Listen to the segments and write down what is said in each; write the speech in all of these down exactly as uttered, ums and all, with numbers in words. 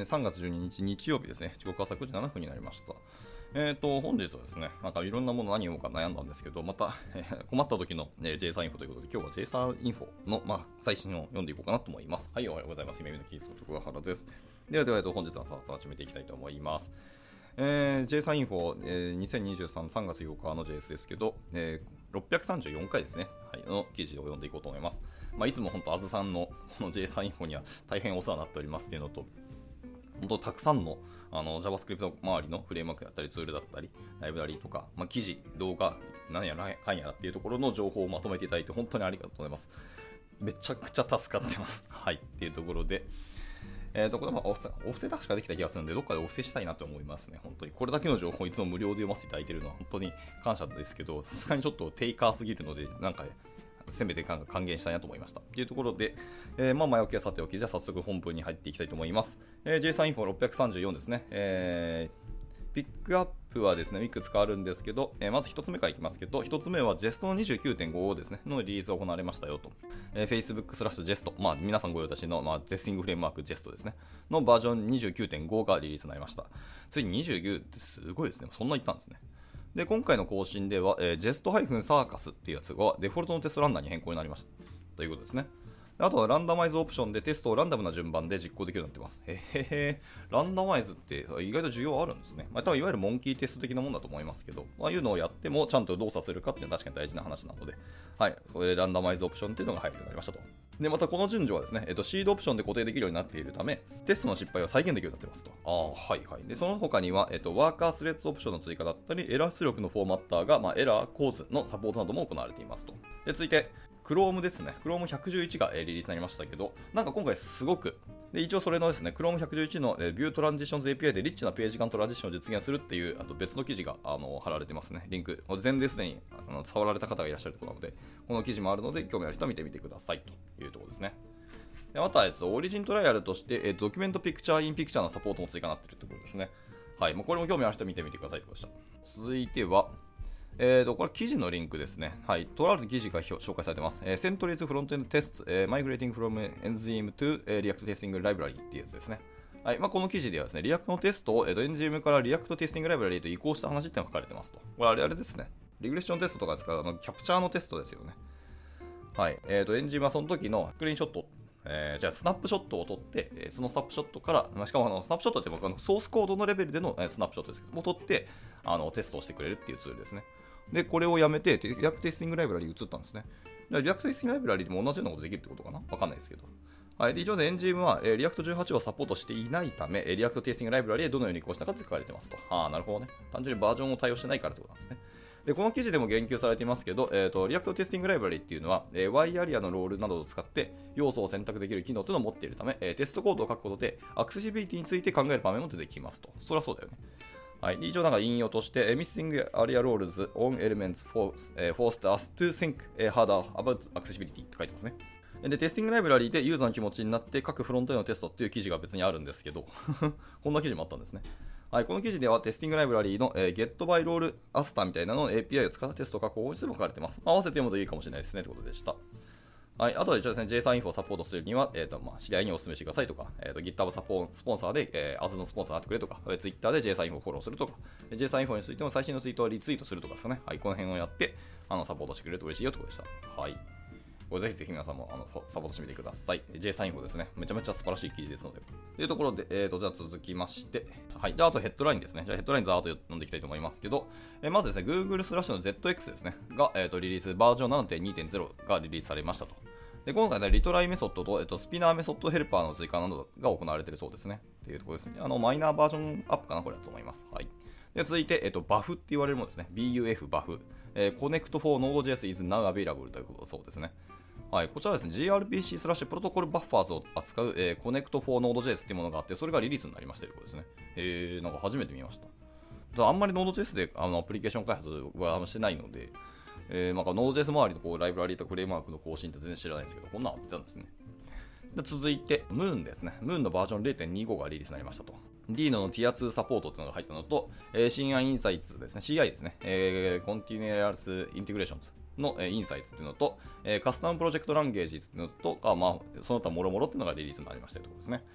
さんがつじゅうににち日曜日ですね。時刻朝くじななふんになりました。えーと、本日はですね、なんかいろんなもの何をか悩んだんですけど、また、えー困った時の、えー、ジェイサン インフォということで、今日は ジェイサン インフォの、まあ、最新を読んでいこうかなと思います。はい、おはようございます。夢見のキースの徳原です。ではでは、本日のさあ始めていきたいと思います。えー、ジェイサン インフォ、えー、にせんにじゅうさん、さんがつようかの ジェイエス ですけど、えー、ろっぴゃくさんじゅうよんかいですね、はい、の記事を読んでいこうと思います。まあ、いつも本当、あずさんのこの ジェイサン インフォには大変お世話になっておりますっていうのと、本当たくさんの、あの JavaScript 周りのフレームワークだったりツールだったりライブラリーとか、まあ、記事、動画、何やらかんやらっていうところの情報をまとめていただいて本当にありがとうございます。めちゃくちゃ助かってます。はいっていうところで、えーとこれはオフオフセ確かできた気がするので、どっかでオフセしたいなと思いますね。本当にこれだけの情報をいつも無料で読ませていただいているのは本当に感謝ですけど、さすがにちょっとテイカーすぎるので、なんかせめて還元したいなと思いました。というところで、えー、まあ前置きはさておき、じゃあ早速本文に入っていきたいと思います。えー、ジェイサン インフォろっぴゃくさんじゅうよんですね。えー、ピックアップはですね、いくつかあるんですけど、えー、まずひとつめからいきますけど、ひとつめは ジェスト の にじゅうきゅうてんご ですね、のリリースが行われましたよと。えー、Facebook スラッシュ ジェスト、まあ皆さんご用達の、まあ、テスティングフレームワーク ジェスト ですね、のバージョン にじゅうきゅうてんご がリリースになりました。ついににじゅうきゅうってすごいですね。そんな言ったんですね。で今回の更新では、えー、ジェスト サーカス っていうやつがデフォルトのテストランナーに変更になりましたということですね。あとはランダマイズオプションでテストをランダムな順番で実行できるようになってます。へへへ、ランダマイズって意外と需要あるんですね。まあ、多分いわゆるモンキーテスト的なものだと思いますけど、ああいうのをやってもちゃんと動作するかっていうのは確かに大事な話なので、はい、これでランダマイズオプションっていうのが入るようになりましたと。で、またこの順序はですね、えっと、シードオプションで固定できるようになっているため、テストの失敗を再現できるようになってますと。ああ、はいはい。で、その他には、えっと、ワーカースレッドオプションの追加だったり、エラー出力のフォーマッターが、まあ、エラーコーズのサポートなども行われていますと。で、続いて、Chrome ですね。Chrome ひゃくじゅういちがリリースになりましたけど、なんか今回すごく、で一応それのですね、Chrome ひゃくじゅういちの View Transitions エーピーアイ でリッチなページ間トランジションを実現するっていう、あと別の記事があの貼られてますね。リンク。前ですでにあの触られた方がいらっしゃるところなので、この記事もあるので、興味ある人は見てみてくださいというところですね。でまた、えっと、オリジントライアルとして、えっと、ドキュメントピクチャーインピクチャーのサポートも追加になっているところですね。はい。もうこれも興味ある人は見てみてくださいということでした。続いては、えーと、これは記事のリンクですね。はい。とある記事が紹介されてます。えー、セントリーズフロントエンドテスト、えー、Migrating from Enzyme to、えー、React Testing Library っていうやつですね。はい。まあ、この記事ではですね、React のテストを、えー、と Enzyme から React Testing Library と移行した話っていうのが書かれてますと。これあれあれですね。リグレッションテストとか使うあのキャプチャーのテストですよね。はい。えーと、Enzyme はその時のスクリーンショット、えー、じゃあスナップショットを取って、えー、そのスナップショットから、まあ、しかもあのスナップショットって僕あのソースコードのレベルでの、えー、スナップショットですけども、取ってあのテストをしてくれるっていうツールですね。で、これをやめて、リアクトテスティングライブラリに移ったんですね。リアクトテスティングライブラリでも同じようなことできるってことかなわかんないですけど。はい。で、以上でエンジンは、えー、リアクトじゅうはちをサポートしていないため、リアクトテスティングライブラリへどのように移行したかって書かれてますと。ああ、なるほどね。単純にバージョンを対応してないからってことなんですね。で、この記事でも言及されていますけど、えーと、リアクトテスティングライブラリっていうのは、えー、Y アリアのロールなどを使って要素を選択できる機能というのを持っているため、えー、テストコードを書くことでアクセシビリティについて考える場面も出てきますと。そりゃそうだよね。はい、以上なんか引用として、Missing Area Roles on Elements forced us to think harder about accessibility って書いてますね。で、テスティングライブラリーでユーザーの気持ちになって各フロントへのテストっていう記事が別にあるんですけど、こんな記事もあったんですね。はい、この記事ではテスティングライブラリーの、えー、GetByRoleAster みたいなのの エーピーアイ を使ったテストを書く方法にも書かれています。まあ、合わせて読むといいかもしれないですねということでした。はい、あとは一応ですね、ジェイサン インフォをサポートするには、えーとまあ、知り合いにお勧めしてくださいとか、えーと、GitHub サポスポンサーで、えー、As のスポンサーになってくれとか、Twitter で ジェイサン インフォをフォローするとか、ジェイサン インフォについても最新のツイートをリツイートするとかですかね。はい、この辺をやってあのサポートしてくれると嬉しいよということでした。はい。これぜひぜひ皆さんもあのサポートしてみてください。ジェイサン インフォですね。めちゃめちゃ素晴らしい記事ですので。というところで、えーと、じゃあ続きまして、はい。じゃああとヘッドラインですね。じゃあヘッドラインざーっと読んでいきたいと思いますけど、えー、まずですね、Google スラッシュの ゼットエックス ですね。が、えーと、リリース、バージョン ななてんにてんゼロ がリリースされましたと。で今回ね、リトライメソッドと、えっと、スピナーメソッドヘルパーの追加などが行われているそうですね。っていうところですね。あの、マイナーバージョンアップかな、これだと思います。はい。で続いて、えっと、バフって言われるものですね。ビーユーエフ、バフ。えー、Connect for Node.js is now available ということだそうですね。はい、こちらですね、ジーアールピーシー スラッシュプロトコルバッファーズを扱う、えー、Connect for Node.js っていうものがあって、それがリリースになりましたということですね。えー、なんか初めて見ました。あんまり Node.js であのアプリケーション開発はしてないので、えー、なんか Node.js 周りのこうライブラリーとフレームワークの更新って全然知らないんですけど、こんなのあってたんですね。で続いて、Moon ですね。Moon のバージョン ゼロてんにじゅうご がリリースになりましたと。Dino の ティアツー サポートっていうのが入ったのと、えー、シーアイ インサイツですね。シーアイ ですね。えー、Continuous Integrationsの、えー、インサイツっていうのと、えー、カスタムプロジェクトランゲージっていうのと、あまあ、その他もろもろっていうのがリリースになりましたというところですね。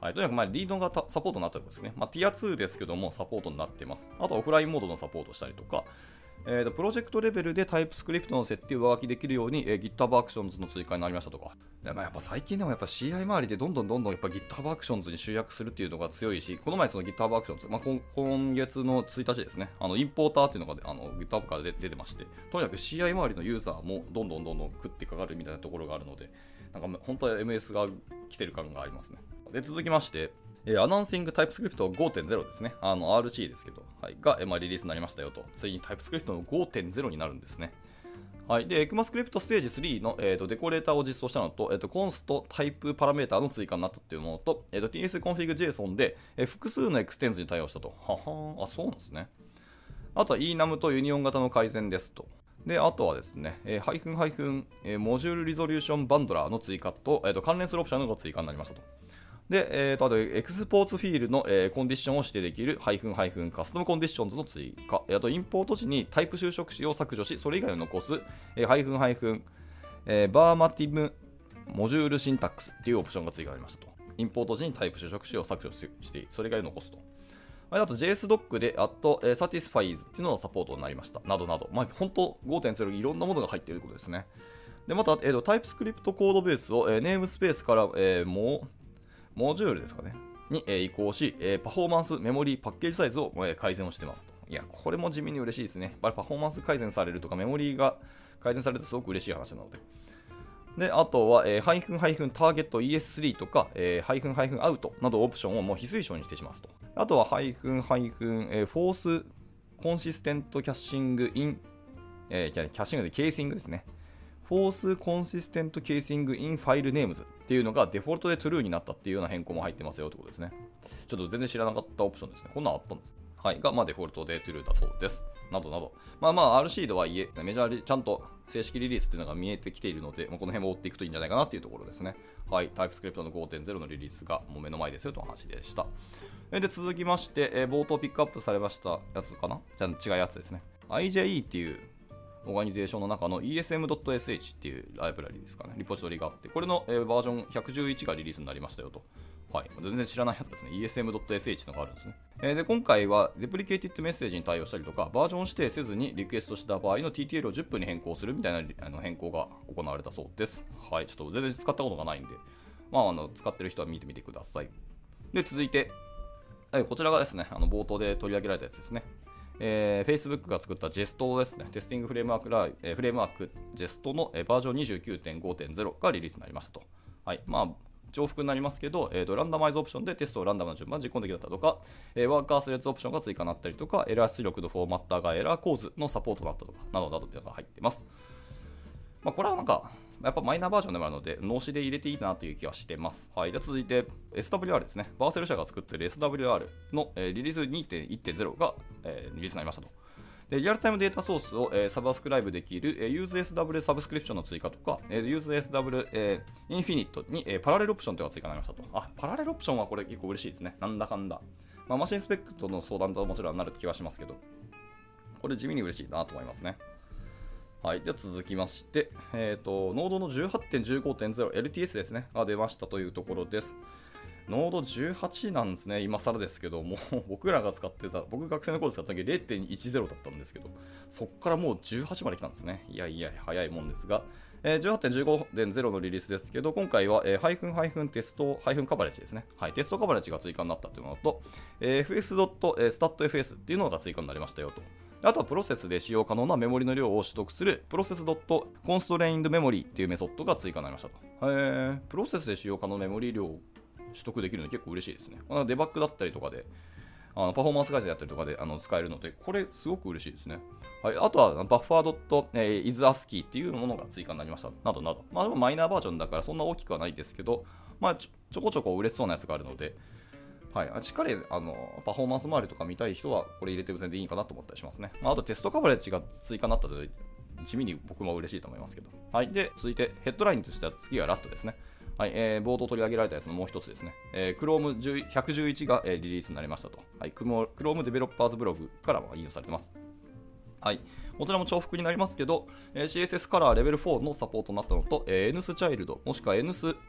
はい、とにかくまあリードがサポートになったところですね。まあ、ティアツーですけども、サポートになっています。あとはオフラインモードのサポートしたりとか、えー、とプロジェクトレベルでタイプスクリプトの設定を上書きできるように、えー、GitHub Actions の追加になりましたとか。でまあ、やっぱ最近でもやっぱ シーアイ 周りでどんどんどんどんやっぱ GitHub Actions に集約するっていうのが強いし、この前その GitHub Actions、まあ、今, 今月のついたちですね、あのインポーターっていうのがあの GitHub から出てまして、とにかく シーアイ 周りのユーザーもどんどんどんどん食ってかかるみたいなところがあるので、なんか本当は エムエス が来てる感がありますね。で続きまして、えー、アナウンシング TypeScript ごてんゼロ ですね。あの アールシー ですけど、はい、が、えーまあ、リリースになりましたよと。ついに TypeScript の ごてんゼロ になるんですね。はい、で、ECMAScript ステージスリーの、えー、とデコレーターを実装したのと、えー、とコンストタイプパラメータの追加になったっていうものと、えー、と tsconfig.json で、えー、複数のエクステンズに対応したと。ははー、あ、そうなんですね。あとは イーナム とユニオン型の改善ですと。で、あとはですね、えー、ハイフンハイフン、えー、モジュールリゾリューションバンドラーの追加と、えー、と関連するオプションが追加になりましたと。で、えー、とあとエクスポーツフィールの、えー、コンディションを指定できるハイフンハイフンカスタムコンディションズの追加、あとインポート時にタイプ修飾詞を削除し、それ以外を残す、えー、ハイフンハイフン、えー、バーマティブモジュールシンタックスっていうオプションが追加になりましたと。インポート時にタイプ修飾詞を削除して、それ以外を残すと。あと ジェイエスドック で、あと、えー、Satisfies っていうののサポートになりました。などなど。まあ、本当 ごてんゼロ いろんなものが入っているということですね。で、また、えー、と TypeScript コードベースを、えー、ネームスペースから、えー、もう、モジュールですかね。に、えー、移行し、えー、パフォーマンス、メモリー、パッケージサイズを、えー、改善をしてますと。いや、これも地味に嬉しいですね。やっぱりパフォーマンス改善されるとか、メモリーが改善されるとすごく嬉しい話なので。で、あとは、えー、ハイフンハイフンターゲット イーエススリー とか、えー、ハイフンハイフンアウトなどオプションをもう非推奨にしてしますと。あとは、ハイフンハイフン、えー、フォースコンシステントキャッシングイン、えー、キャッシングでケーシングですね。フォースコンシステントケーシングインファイルネームズっていうのがデフォルトで True になったっていうような変更も入ってますよということですね。ちょっと全然知らなかったオプションですね。こんなのあったんです。はい。が、まあ、デフォルトで True だそうです。などなど。まあまあ、アールシー とはいえ、メジャーでちゃんと正式リリースっていうのが見えてきているので、まあ、この辺も追っていくといいんじゃないかなっていうところですね。はい。TypeScript の ごてんゼロ のリリースがもう目の前ですよという話でした。で、続きまして、えー、冒頭ピックアップされましたやつかなじゃあ違うやつですね。アイジェーイー っていうオーガニゼーションの中の イーエスエムドットエスエイチ っていうライブラリですかね、リポジトリがあって、これの、えー、バージョンひゃくじゅういちがリリースになりましたよと。はい、全然知らないやつですね。イーエスエムドットエスエイチ のがあるんですね。えー、で、今回はデプリケイティッドメッセージに対応したりとか、バージョン指定せずにリクエストした場合の ティーティーエル をじゅっぷんに変更するみたいなあの変更が行われたそうです。はい、ちょっと全然使ったことがないんで、まあ、あの使ってる人は見てみてください。で、続いて、こちらがですね、あの冒頭で取り上げられたやつですね。えー、Facebook が作った ジェスト ですね。テスティングフレームワークら、えー、フレームワーク ジェスト の、えー、バージョン にじゅうきゅうてんごてんゼロ がリリースになりましたと。はい。まあ、重複になりますけど、えーと、ランダマイズオプションでテストをランダムな順番で実行できだったとか、えー、ワーカースレッツオプションが追加になったりとか、エラー出力のフォーマッターがエラー構図のサポートだったとか、などなどというのが入っています。まあ、これはなんか、やっぱマイナーバージョンでもあるので、脳死で入れていいなという気はしてます。はい。で、続いて エスダブリューアール ですね。バーセル社が作っている エスダブリューアール の、えー、リリース にてんいちてんゼロ が、えー、リリースになりましたと。でリアルタイムデータソースを、えー、サブスクライブできる、えー、UseSW サブスクリプションの追加とか、えー、UseSW、えー、Infinite に、えー、パラレルオプションというのが追加になりましたと。あ、パラレルオプションはこれ結構嬉しいですね。なんだかんだ。まあ、マシンスペックとの相談とはもちろんなる気はしますけど、これ地味に嬉しいなと思いますね。はい。では続きまして、えっと、ノードの じゅうはちてんじゅうごてんゼロエルティーエス ですね。が出ましたというところです。ノードじゅうはちなんですね。今更ですけども、僕らが使ってた、僕学生の頃使った時 れいてんいちゼロ だったんですけど、そっからもうじゅうはちまで来たんですね。いやいや、早いもんですが、えー、じゅうはちてんじゅうごてんゼロ のリリースですけど、今回は、えー、ハイフンハイフンテスト、ハイフンカバレッジですね。はい、テストカバレッジが追加になったというのと、えー、エフエス スタット エフエス っていうのが追加になりましたよと。あとはプロセスで使用可能なメモリの量を取得するプロセス .constrained memory っていうメソッドが追加になりましたと。へー、プロセスで使用可能なメモリ量を取得できるの結構嬉しいですね。デバッグだったりとかで、あのパフォーマンス改善だったりとかであの使えるので、これすごく嬉しいですね。はい、あとは buffer.isASCII っていうものが追加になりました。などなど。まあでもマイナーバージョンだからそんな大きくはないですけど、まあちょ、ちょこちょこ売れそうなやつがあるので、はい、しっかりあのパフォーマンス周りとか見たい人はこれ入れても全然いいかなと思ったりしますね。まあ、あとテストカバレッジが追加になったので地味に僕も嬉しいと思いますけど。はい、で続いてヘッドラインとしては次がラストですね。はい、えー、冒頭取り上げられたやつのもう一つですね。えー、Chrome ひゃくじゅういちが、えー、リリースになりましたと。はい、Chrome Developers ブログから引用されてます。はい、こちらも重複になりますけど、えー、シーエスエス カラーレベルフォーのサポートになったのと、えー、エヌエス チャイルドもしくは エヌエス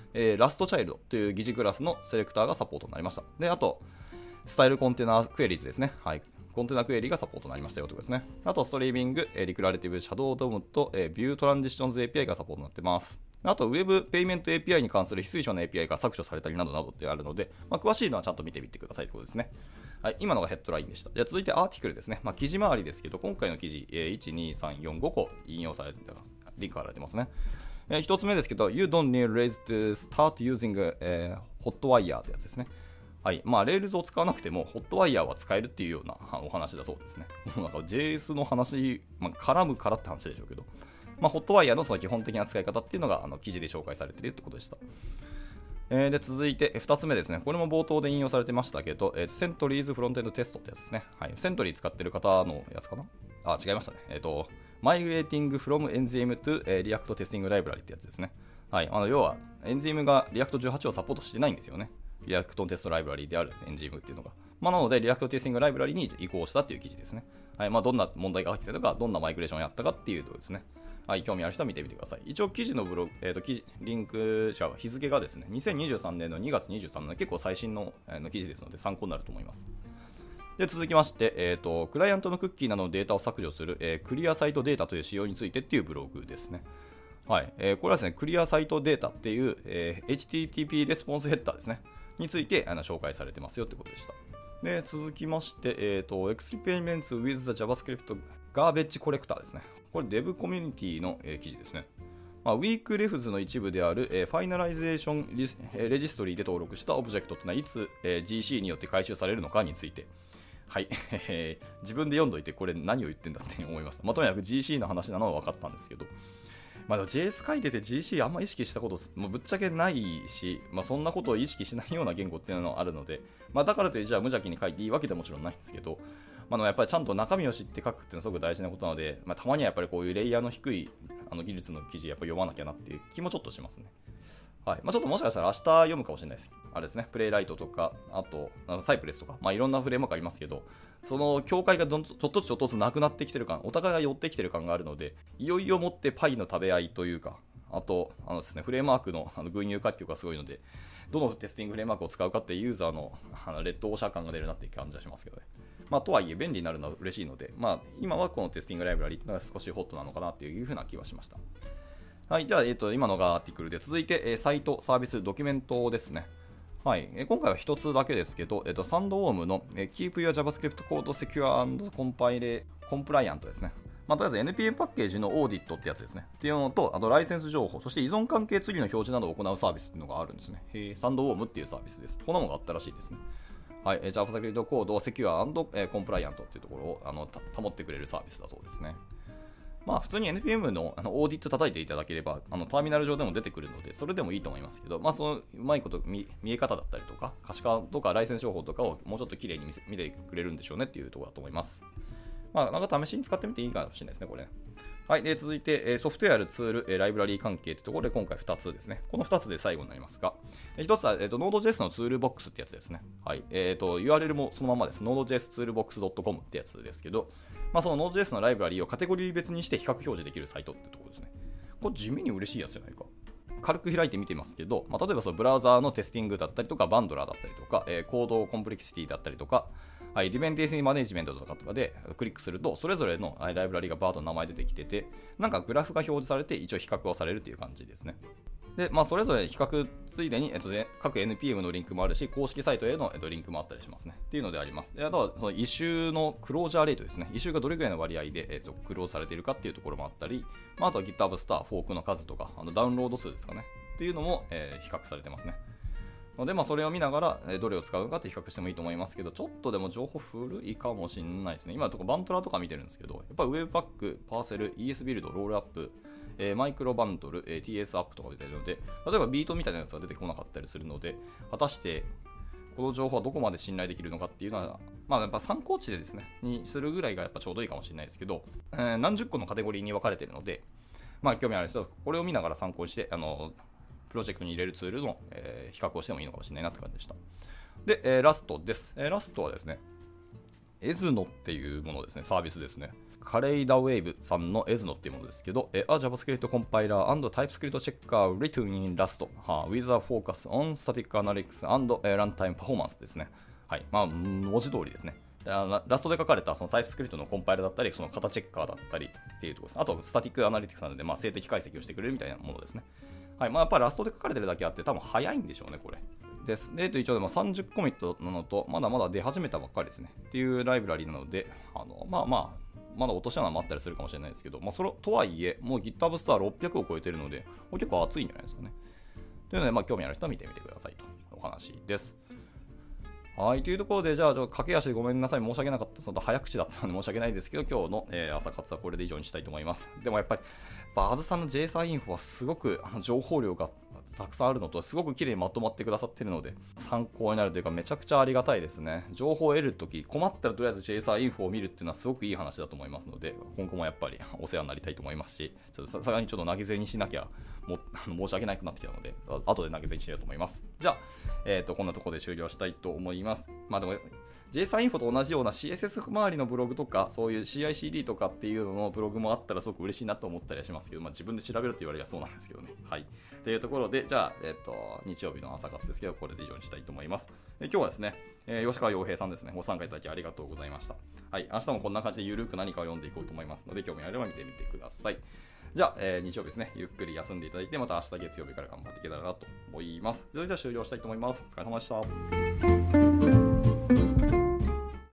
えー、ラストチャイルドという疑似クラスのセレクターがサポートになりました。で、あと、スタイルコンテナクエリーズですね。はい。コンテナクエリがサポートになりましたよということですね。あと、ストリーミング、えー、リクラレティブ、シャドウドムと、えー、ビュートランジションズ エーピーアイ がサポートになっています。あと、Web ペイメント エーピーアイ に関する非推奨の エーピーアイ が削除されたりなどなどってあるので、まあ、詳しいのはちゃんと見てみてくださいということですね。はい、今のがヘッドラインでした。じゃあ続いてアーティクルですね。まあ、記事周りですけど、今回の記事、えー、いち、に、さん、よん、ごこ引用されてた、リンク貼られてますね。えー、ひとつめですけど、You don't need Rails to start using、えー、Hotwire ってやつですね。はい。まあ、Rails を使わなくても、Hotwire は使えるっていうようなお話だそうですね。もうなんか ジェイエス の話、まあ、絡むからって話でしょうけど、まあ、Hotwire のその基本的な使い方っていうのがあの記事で紹介されているってことでした。えー、で続いてふたつめですね。これも冒頭で引用されてましたけど、えー、セントリーズフロントエンドテストってやつですね。はい。セントリー使ってる方のやつかなあ、違いましたね。えっ、ー、と、Migrating from Enzyme to React Testing Library ってやつですね。はい。あの要は、エンジムが リアクトじゅうはち をサポートしてないんですよね。リアクトテストライブラリであるエンジムっていうのが。まあ、なので、リアクトテスティングライブラリに移行したっていう記事ですね。はい。まあ、どんな問題が起きてたか、どんなマイグレーションをやったかっていうとですね。はい、興味ある人は見てみてください。一応記事のブログ、えー、と記事リンク、じゃあ日付がですね、にせんにじゅうさんねんのにがつにじゅうさんにちの結構最新の、えー、の記事ですので参考になると思います。で続きまして、えーと、クライアントのクッキーなどのデータを削除する、えー、クリアサイトデータという仕様についてっていうブログですね。はい、えー、これはですね、クリアサイトデータっていう、えー、エイチティーティーピー レスポンスヘッダーですね、についてあの紹介されてますよってことでした。で続きまして、えーと、Experiments with the JavaScript Garbage Collector ですね。これ Dev コミュニティの、えー、記事ですね。まあ、ウィークレフズの一部である、えー、ファイナライゼーションリス、えー、レジストリーで登録したオブジェクトというのはいつ、えー、ジーシー によって回収されるのかについて。はい、えー、自分で読んどいてこれ何を言ってんだって思いました。まあ、とにかく ジーシー の話なのは分かったんですけど、まあ、ジェイエス 書いてて ジーシー あんま意識したこともうぶっちゃけないし、まあ、そんなことを意識しないような言語っていうのがあるので、まあ、だからといってじゃあ無邪気に書いていいわけではもちろんないんですけど、まあ、やっぱりちゃんと中身を知って書くっていうのはすごく大事なことなので、まあ、たまにはやっぱりこういうレイヤーの低いあの技術の記事やっぱ読まなきゃなっていう気もちょっとしますね。はい。まあ、ちょっともしかしたら明日読むかもしれないです。あれですね、プレイライトとか、あと、あのサイプレスとか、まあ、いろんなフレームワークありますけど、その境界がどんちょっとずつちょっとずつなくなってきてる感、お互いが寄ってきてる感があるので、いよいよもってパイの食べ合いというか、あと、あのですね、フレームワークのあの群雄割拠がすごいので、どのテスティングフレームワークを使うかっていうユーザーのあの劣等者感が出るなっていう感じはしますけどね。まあ、とはいえ便利になるのは嬉しいので、まあ、今はこのテスティングライブラリっていうのが少しホットなのかなっていうふうな気はしました。はい、じゃあ、えーと、今のがアーティクルで、続いて、えー、サイト、サービス、ドキュメントですね。はい、えー、今回は一つだけですけど、えーと、サンドウォームの、えー、Keep Your JavaScript Code Secure and Compliant ですね。まあ、とりあえず エヌピーエム パッケージのオーディットってやつですね。っていうのと、あとライセンス情報、そして依存関係ツリーの表示などを行うサービスっていうのがあるんですね。へサンドウォームっていうサービスです。こんなものがあったらしいですね。はい、JavaScript コードを Secure and Compliant っていうところをあの保ってくれるサービスだそうですね。まあ、普通に エヌピーエム の, あのオーディット叩いていただければあのターミナル上でも出てくるので、それでもいいと思いますけど、まあ、そのうまいこと 見, 見え方だったりとか、可視化とかライセンス情報とかをもうちょっときれいに 見, せ見てくれるんでしょうねっていうところだと思います。まあ、なんか試しに使ってみていいかもしれないですね、これ。はい、で続いて、ソフトウェア、ツール、ライブラリー関係というところで今回ふたつですね。このふたつで最後になりますが、ひとつは、えーと、Node.js のツールボックスってやつですね。はい、えーと、ユーアールエル もそのままです。ノードジェイエスツールボックスドットコム ってやつですけど、まあ、その Node.js のライブラリーをカテゴリー別にして比較表示できるサイトってところですね。これ地味に嬉しいやつじゃないか。軽く開いてみてますけど、まあ、例えばそのブラウザーのテスティングだったりとか、バンドラーだったりとか、えー、コードコンプレキシティだったりとか、はい、ディペンデンシーマネジメントとかとかでクリックすると、それぞれのライブラリがバーッと名前出てきてて、なんかグラフが表示されて一応比較をされるという感じですね。で、まあ、それぞれ比較ついでに、えっとね、各 エヌピーエム のリンクもあるし、公式サイトへの、えっと、リンクもあったりしますね。っていうのであります。で、あとはそのイシューのクロージャーレートですね。イシューがどれくらいの割合で、えっと、クローズされているかっていうところもあったり、まあ、あとは GitHub スター、フォークの数とか、あのダウンロード数ですかね。っていうのも、えー、比較されてますね。ので、まあ、それを見ながら、えー、どれを使うかって比較してもいいと思いますけど、ちょっとでも情報古いかもしれないですね。今のところバントラとか見てるんですけど、やっぱり Webpack、パーセル、イーエス ビルド、ロールアップ、えー、マイクロバンドル、えー、ティーエス アップとか出てるので、例えばビートみたいなやつが出てこなかったりするので、果たしてこの情報はどこまで信頼できるのかっていうのは、まあ、やっぱ参考値でですね、にするぐらいがやっぱちょうどいいかもしれないですけど、えー、何十個のカテゴリーに分かれているので、まあ、興味ある人はこれを見ながら参考にして、あのプロジェクトに入れるツールの、えー、比較をしてもいいのかもしれないなって感じでした。で、えー、ラストです。えー、ラストはですね、エズノっていうものですね、サービスですね。 カレイダウェーブさんの エズノ っていうものですけど、A JavaScript compiler and TypeScript checker written in Rust、はあ、with a focus on static analytics and runtime performance ですね。はい。まあ、文字通りですね。ラストで書かれたそのタイプスクリプトのコンパイラだったり、その型チェッカーだったりっていうところです。あと、スタティックアナリティクスなので、まあ、静的解析をしてくれるみたいなものですね。はい。まあ、やっぱりラストで書かれてるだけあって、多分早いんでしょうね、これ。です。で、一応でもさんじゅうコミットなのと、まだまだ出始めたばっかりですね。っていうライブラリなので、あのまあまあ、まだ落とし穴もあったりするかもしれないですけど、まあ、それとはいえ、もう GitHub スターろっぴゃくを超えてるので、結構熱いんじゃないですかね。というので、まあ、興味ある人は見てみてくださいとお話です。はい、というところで、じゃあ、ちょっと駆け足でごめんなさい、申し訳なかった、その早口だったので申し訳ないですけど、今日の、えー、朝活はこれで以上にしたいと思います。でもやっぱり、バーズさんの ジェイサン インフォはすごくあの情報量がたくさんあるのと、すごく綺麗にまとまってくださっているので、参考になるというか、めちゃくちゃありがたいですね。情報を得るとき、困ったらとりあえず ジェイサン インフォを見るっていうのはすごくいい話だと思いますので、今後もやっぱりお世話になりたいと思いますし、ちょっとさすがにちょっと投げ銭にしなきゃも申し訳なくなってきたので、後で投げ銭しようと思います。じゃあ、えーと、こんなところで終了したいと思います。まあでも、ジェイサン インフォと同じような シーエスエス 周りのブログとか、そういう シーアイシーディー とかっていうののブログもあったらすごく嬉しいなと思ったりはしますけど、まあ自分で調べると言われればそうなんですけどね。はい。というところで、じゃあ、えっと、日曜日の朝活ですけど、これで以上にしたいと思います。で今日はですね、えー、吉川洋平さんですね、ご参加いただきありがとうございました。はい。明日もこんな感じでゆるく何かを読んでいこうと思いますので、興味あれば見てみてください。じゃあ、えー、日曜日ですね、ゆっくり休んでいただいて、また明日月曜日から頑張っていけたらなと思います。それでは終了したいと思います。お疲れ様でした。